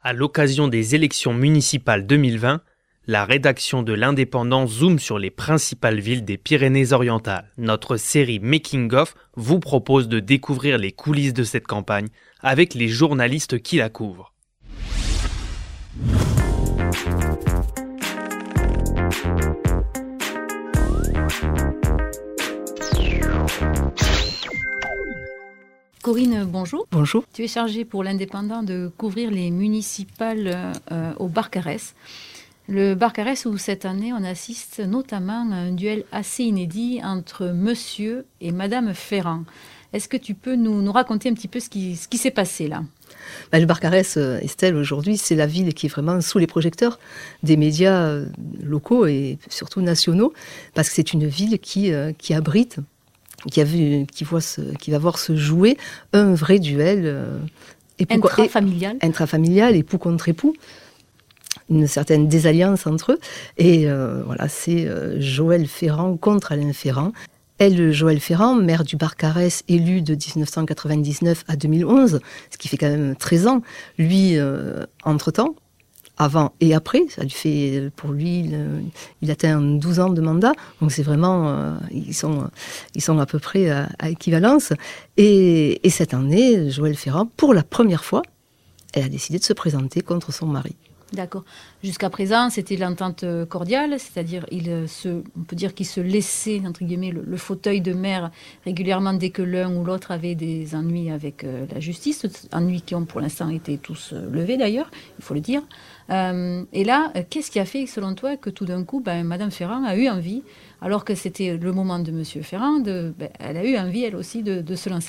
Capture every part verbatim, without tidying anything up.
À l'occasion des élections municipales deux mille vingt, la rédaction de l'Indépendant zoome sur les principales villes des Pyrénées-Orientales. Notre série Making of vous propose de découvrir les coulisses de cette campagne avec les journalistes qui la couvrent. Corinne, bonjour. Bonjour. Tu es chargée pour l'Indépendant de couvrir les municipales euh, au Barcarès. Le Barcarès où cette année on assiste notamment à un duel assez inédit entre Monsieur et Madame Ferrand. Est-ce que tu peux nous, nous raconter un petit peu ce qui, ce qui s'est passé là ? Ben, le Barcarès, Estelle, aujourd'hui, c'est la ville qui est vraiment sous les projecteurs des médias locaux et surtout nationaux, parce que c'est une ville qui, euh, qui abrite Qui, a vu, qui, voit se, qui va voir se jouer un vrai duel euh, époux, intrafamilial. Et, intrafamilial, époux contre époux, une certaine désalliance entre eux. Et euh, voilà, c'est euh, Joël Ferrand contre Alain Ferrand. Elle, Joël Ferrand, maire du Barcarès, élu de dix-neuf cent quatre-vingt-dix-neuf à deux mille onze, ce qui fait quand même treize ans. Lui, euh, entre-temps, avant et après, ça lui fait, pour lui, il, il atteint douze ans de mandat, donc c'est vraiment, euh, ils, sont, ils sont à peu près à, à équivalence. Et, et cette année, Joël Ferrand, pour la première fois, elle a décidé de se présenter contre son mari. D'accord. Jusqu'à présent, c'était l'entente cordiale, c'est-à-dire il se, on peut dire qu'il se laissait, entre guillemets, le, le fauteuil de maire régulièrement dès que l'un ou l'autre avait des ennuis avec euh, la justice, ennuis qui ont pour l'instant été tous euh, levés d'ailleurs, il faut le dire. Euh, et là, qu'est-ce qui a fait, selon toi, que tout d'un coup, ben, Madame Ferrand a eu envie, alors que c'était le moment de Monsieur Ferrand, de, ben, elle a eu envie, elle aussi, de, de se lancer ?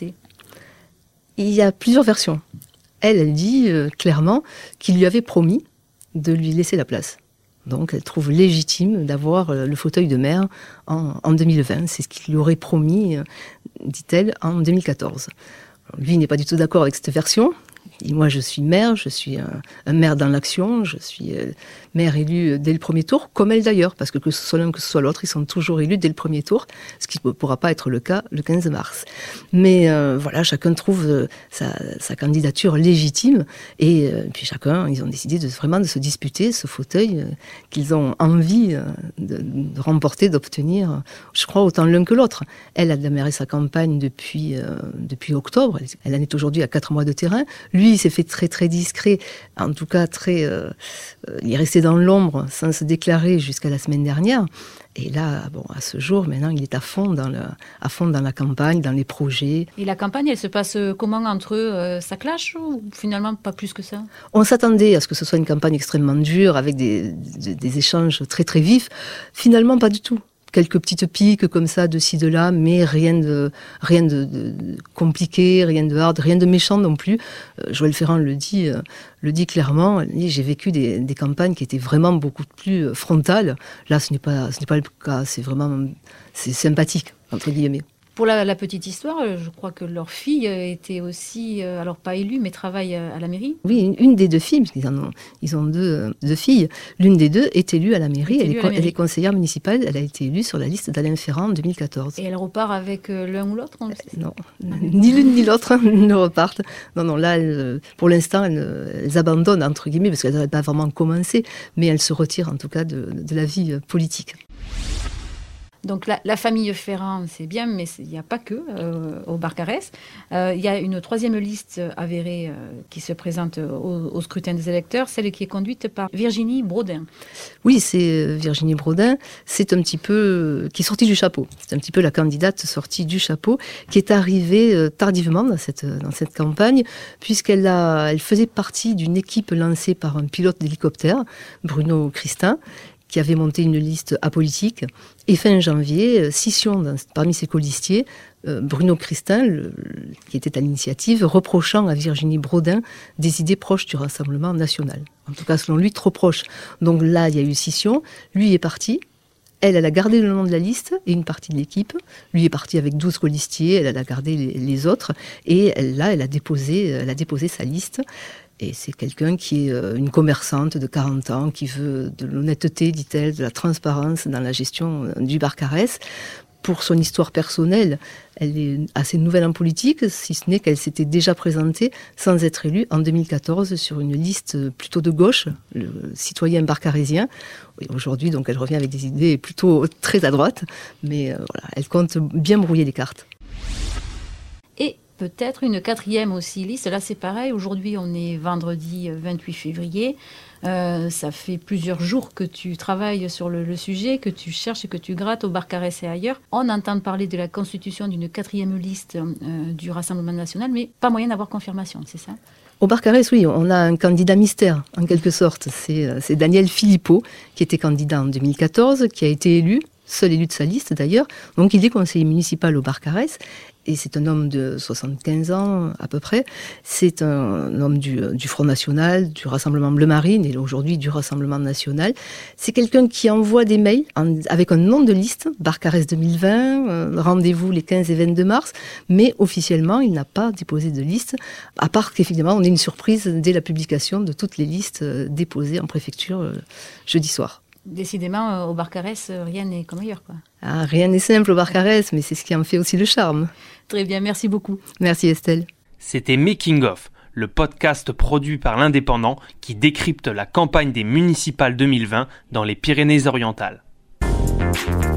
Il y a plusieurs versions. Elle, elle dit euh, clairement qu'il lui avait promis de lui laisser la place. Donc, elle trouve légitime d'avoir le fauteuil de maire en, en deux mille vingt. C'est ce qu'il lui aurait promis, dit-elle, en deux mille quatorze. Alors, lui, il n'est pas du tout d'accord avec cette version. Et moi, je suis maire, je suis un, un maire dans l'action, je suis euh, maire élu dès le premier tour, comme elle d'ailleurs, parce que que ce soit l'un que ce soit l'autre, ils sont toujours élus dès le premier tour, ce qui ne pourra pas être le cas le quinze mars. Mais euh, voilà, chacun trouve euh, sa, sa candidature légitime, et euh, puis chacun, ils ont décidé de, vraiment de se disputer ce fauteuil euh, qu'ils ont envie euh, de, de remporter, d'obtenir, je crois, autant l'un que l'autre. Elle a démarré sa campagne depuis, euh, depuis octobre, elle, elle en est aujourd'hui à quatre mois de terrain. Lui, il s'est fait très très discret, en tout cas très, euh, euh, il est resté dans l'ombre sans se déclarer jusqu'à la semaine dernière. Et là, bon, à ce jour, maintenant, il est à fond dans, le, à fond dans la campagne, dans les projets. Et la campagne, elle se passe comment entre eux ? euh, Ça clash ou finalement pas plus que ça ? On s'attendait à ce que ce soit une campagne extrêmement dure, avec des, des, des échanges très très vifs. Finalement, pas du tout. Quelques petites piques comme ça, de ci, de là, mais rien de, rien de, de, de compliqué, rien de hard, rien de méchant non plus. Euh, Joël Ferrand le dit, euh, le dit clairement. Il dit, j'ai vécu des, des campagnes qui étaient vraiment beaucoup plus frontales. Là, ce n'est pas, ce n'est pas le cas. C'est vraiment, c'est sympathique, entre guillemets. Pour la, la petite histoire, je crois que leur fille était aussi, alors pas élue, mais travaille à la mairie. Oui, une, une des deux filles, parce qu'ils en ont, ils ont deux, deux filles. L'une des deux est élue à la mairie. Elle est, la mairie. Elle est conseillère municipale. Elle a été élue sur la liste d'Alain Ferrand en deux mille quatorze. Et elle repart avec l'un ou l'autre ? Non, ni l'une ni l'autre ne repartent. Non, non, là, elles, pour l'instant, elles, elles abandonnent, entre guillemets, parce qu'elles n'avaient pas vraiment commencé, mais elles se retirent en tout cas de, de la vie politique. Donc la, la famille Ferrand, c'est bien, mais il n'y a pas que euh, au Barcarès. Euh, il y a une troisième liste avérée euh, qui se présente au, au scrutin des électeurs, celle qui est conduite par Virginie Brodin. Oui, c'est Virginie Brodin. C'est un petit peu qui est sortie du chapeau. C'est un petit peu la candidate sortie du chapeau qui est arrivée euh, tardivement dans cette dans cette campagne, puisqu'elle a, elle faisait partie d'une équipe lancée par un pilote d'hélicoptère, Bruno Christin, qui avait monté une liste apolitique. Et fin janvier, scission dans, parmi ses colistiers, euh, Bruno Christin, le, le, qui était à l'initiative, reprochant à Virginie Brodin des idées proches du Rassemblement national. En tout cas, selon lui, trop proches. Donc là, il y a eu scission. Lui est parti. Elle, elle a gardé le nom de la liste et une partie de l'équipe. Lui est parti avec douze colistiers. Elle, elle a gardé les, les autres. Et elle, là, elle a déposé, elle a déposé sa liste. Et c'est quelqu'un qui est une commerçante de quarante ans, qui veut de l'honnêteté, dit-elle, de la transparence dans la gestion du Barcarès. pour son histoire personnelle, elle est assez nouvelle en politique, si ce n'est qu'elle s'était déjà présentée sans être élue en deux mille quatorze sur une liste plutôt de gauche, le citoyen barcarésien. Et aujourd'hui, donc, elle revient avec des idées plutôt très à droite, mais euh, voilà, elle compte bien brouiller les cartes. Et peut-être une quatrième aussi liste. Là, c'est pareil. Aujourd'hui, on est vendredi vingt-huit février. Euh, ça fait plusieurs jours que tu travailles sur le, le sujet, que tu cherches et que tu grattes au Barcarès et ailleurs. On entend parler de la constitution d'une quatrième liste euh, du Rassemblement national, mais pas moyen d'avoir confirmation, c'est ça ? Au Barcarès, oui, on a un candidat mystère, en quelque sorte. C'est, c'est Daniel Philippot, qui était candidat en deux mille quatorze, qui a été élu, seul élu de sa liste d'ailleurs. Donc il est conseiller municipal au Barcarès. Et c'est un homme de soixante-quinze ans à peu près. C'est un homme du, du Front National, du Rassemblement Bleu Marine et aujourd'hui du Rassemblement National. C'est quelqu'un qui envoie des mails en, avec un nom de liste, Barcarès deux mille vingt, euh, rendez-vous les quinze et vingt-deux mars, mais officiellement il n'a pas déposé de liste, à part qu'effectivement on ait une surprise dès la publication de toutes les listes euh, déposées en préfecture euh, jeudi soir. Décidément, au Barcarès, rien n'est comme ailleurs, quoi. Ah, rien n'est simple au Barcarès, mais c'est ce qui en fait aussi le charme. Très bien, merci beaucoup. Merci Estelle. C'était Making of, le podcast produit par l'Indépendant qui décrypte la campagne des municipales deux mille vingt dans les Pyrénées-Orientales.